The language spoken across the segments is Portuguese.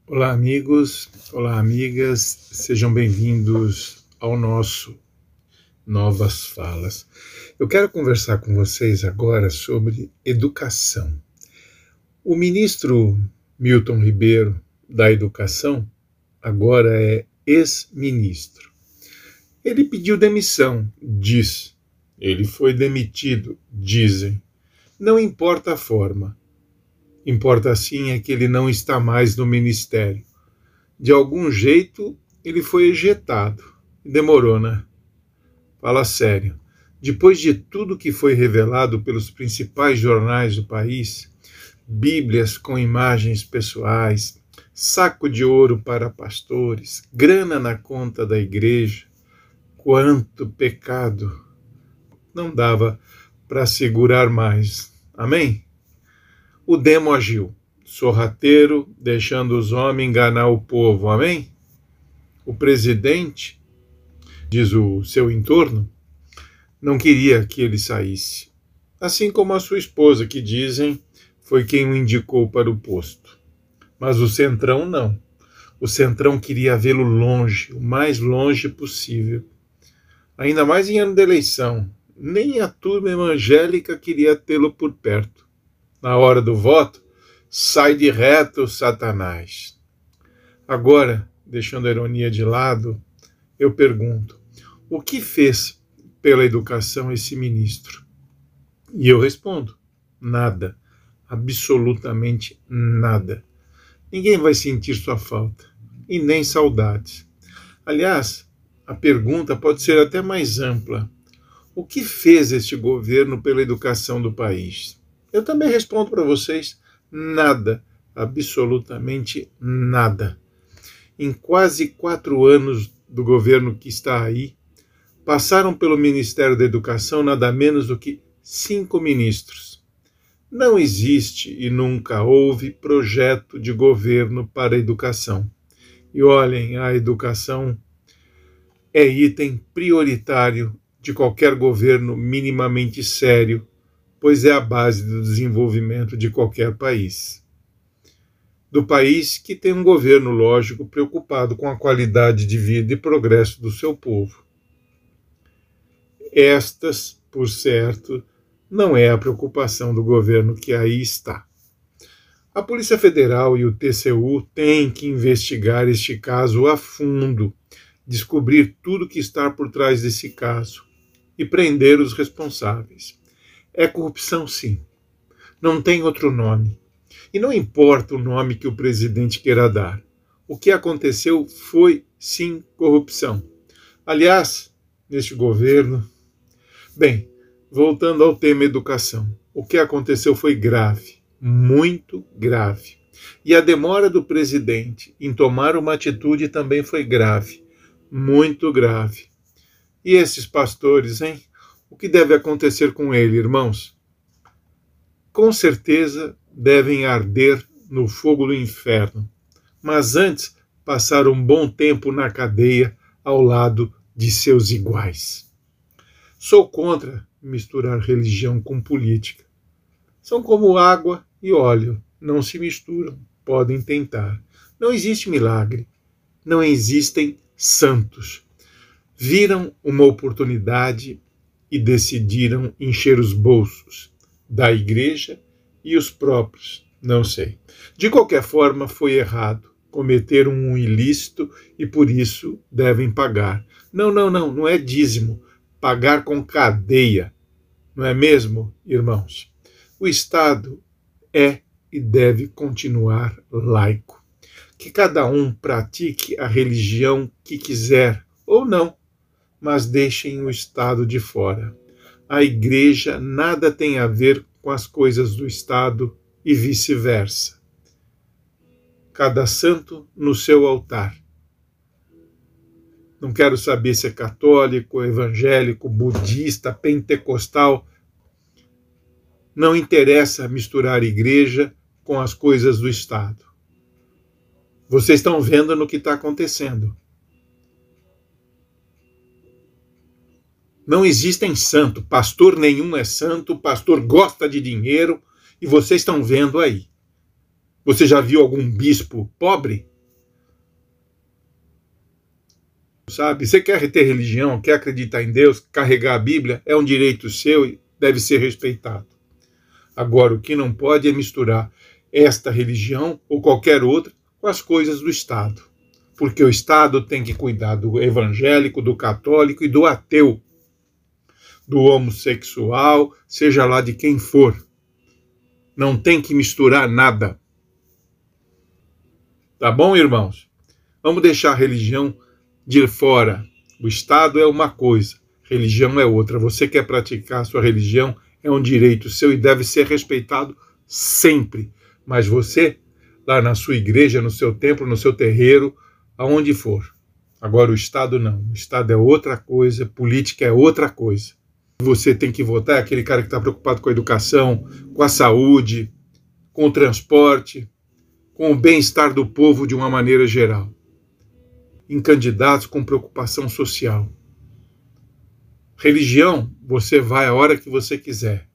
Olá, amigos, olá, amigas, sejam bem-vindos ao nosso Novas Falas. Eu quero conversar com vocês agora sobre educação. O ministro Milton Ribeiro, da Educação, agora é ex-ministro. Ele pediu demissão, diz. Ele foi demitido, dizem. Não importa a forma. Importa sim é que ele não está mais no ministério. De algum jeito, ele foi ejetado. Demorou, né? Fala sério. Depois de tudo que foi revelado pelos principais jornais do país, bíblias com imagens pessoais, saco de ouro para pastores, grana na conta da igreja, quanto pecado! Não dava para segurar mais. Amém? O demo agiu, sorrateiro, deixando os homens enganar o povo, amém? O presidente, diz o seu entorno, não queria que ele saísse, assim como a sua esposa, que dizem foi quem o indicou para o posto. Mas o Centrão não. O Centrão queria vê-lo longe, o mais longe possível. Ainda mais em ano de eleição, nem a turma evangélica queria tê-lo por perto. Na hora do voto, sai de reto, Satanás. Agora, deixando a ironia de lado, eu pergunto, o que fez pela educação esse ministro? E eu respondo, nada, absolutamente nada. Ninguém vai sentir sua falta, e nem saudades. Aliás, a pergunta pode ser até mais ampla. O que fez este governo pela educação do país? Eu também respondo para vocês, nada, absolutamente nada. Em quase 4 anos do governo que está aí, passaram pelo Ministério da Educação nada menos do que 5 ministros. Não existe e nunca houve projeto de governo para a educação. E olhem, a educação é item prioritário de qualquer governo minimamente sério, pois é a base do desenvolvimento de qualquer país. Do país que tem um governo, lógico, preocupado com a qualidade de vida e progresso do seu povo. Estas, por certo, não é a preocupação do governo que aí está. A Polícia Federal e o TCU têm que investigar este caso a fundo, descobrir tudo que está por trás desse caso e prender os responsáveis. É corrupção, sim. Não tem outro nome. E não importa o nome que o presidente queira dar. O que aconteceu foi, sim, corrupção. Aliás, neste governo... Bem, voltando ao tema educação. O que aconteceu foi grave, muito grave. E a demora do presidente em tomar uma atitude também foi grave, muito grave. E esses pastores, hein? O que deve acontecer com ele, irmãos? Com certeza devem arder no fogo do inferno, mas antes passar um bom tempo na cadeia ao lado de seus iguais. Sou contra misturar religião com política. São como água e óleo, não se misturam, podem tentar. Não existe milagre, não existem santos. Viram uma oportunidade e decidiram encher os bolsos da igreja e os próprios, não sei. De qualquer forma, foi errado. Cometeram um ilícito e por isso devem pagar. Não é dízimo. Pagar com cadeia. Não é mesmo, irmãos? O Estado é e deve continuar laico. Que cada um pratique a religião que quiser ou não, mas deixem o Estado de fora. A igreja nada tem a ver com as coisas do Estado e vice-versa. Cada santo no seu altar. Não quero saber se é católico, evangélico, budista, pentecostal. Não interessa misturar igreja com as coisas do Estado. Vocês estão vendo no que está acontecendo. Não existem santos, pastor nenhum é santo, pastor gosta de dinheiro, e vocês estão vendo aí. Você já viu algum bispo pobre? sabe? Você quer ter religião, quer acreditar em Deus, carregar a Bíblia, é um direito seu e deve ser respeitado. Agora, o que não pode é misturar esta religião ou qualquer outra com as coisas do Estado. Porque o Estado tem que cuidar do evangélico, do católico e do ateu, do homossexual, seja lá de quem for. Não tem que misturar nada. Tá bom, irmãos? Vamos deixar a religião de fora. O Estado é uma coisa, religião é outra. Você quer praticar a sua religião, é um direito seu e deve ser respeitado sempre. Mas você, lá na sua igreja, no seu templo, no seu terreiro, aonde for. Agora o Estado não. O Estado é outra coisa, política é outra coisa. Você tem que votar, é aquele cara que está preocupado com a educação, com a saúde, com o transporte, com o bem-estar do povo de uma maneira geral. Em candidatos com preocupação social. Religião, você vai a hora que você quiser.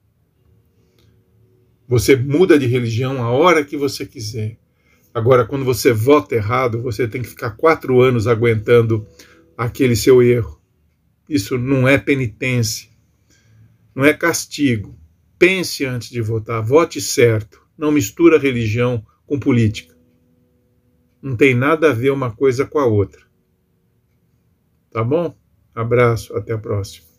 Você muda de religião a hora que você quiser. Agora, quando você vota errado, você tem que ficar 4 anos aguentando aquele seu erro. Isso não é penitência, não é castigo. Pense antes de votar, vote certo. Não mistura religião com política. Não tem nada a ver uma coisa com a outra. Tá bom? Abraço, até a próxima.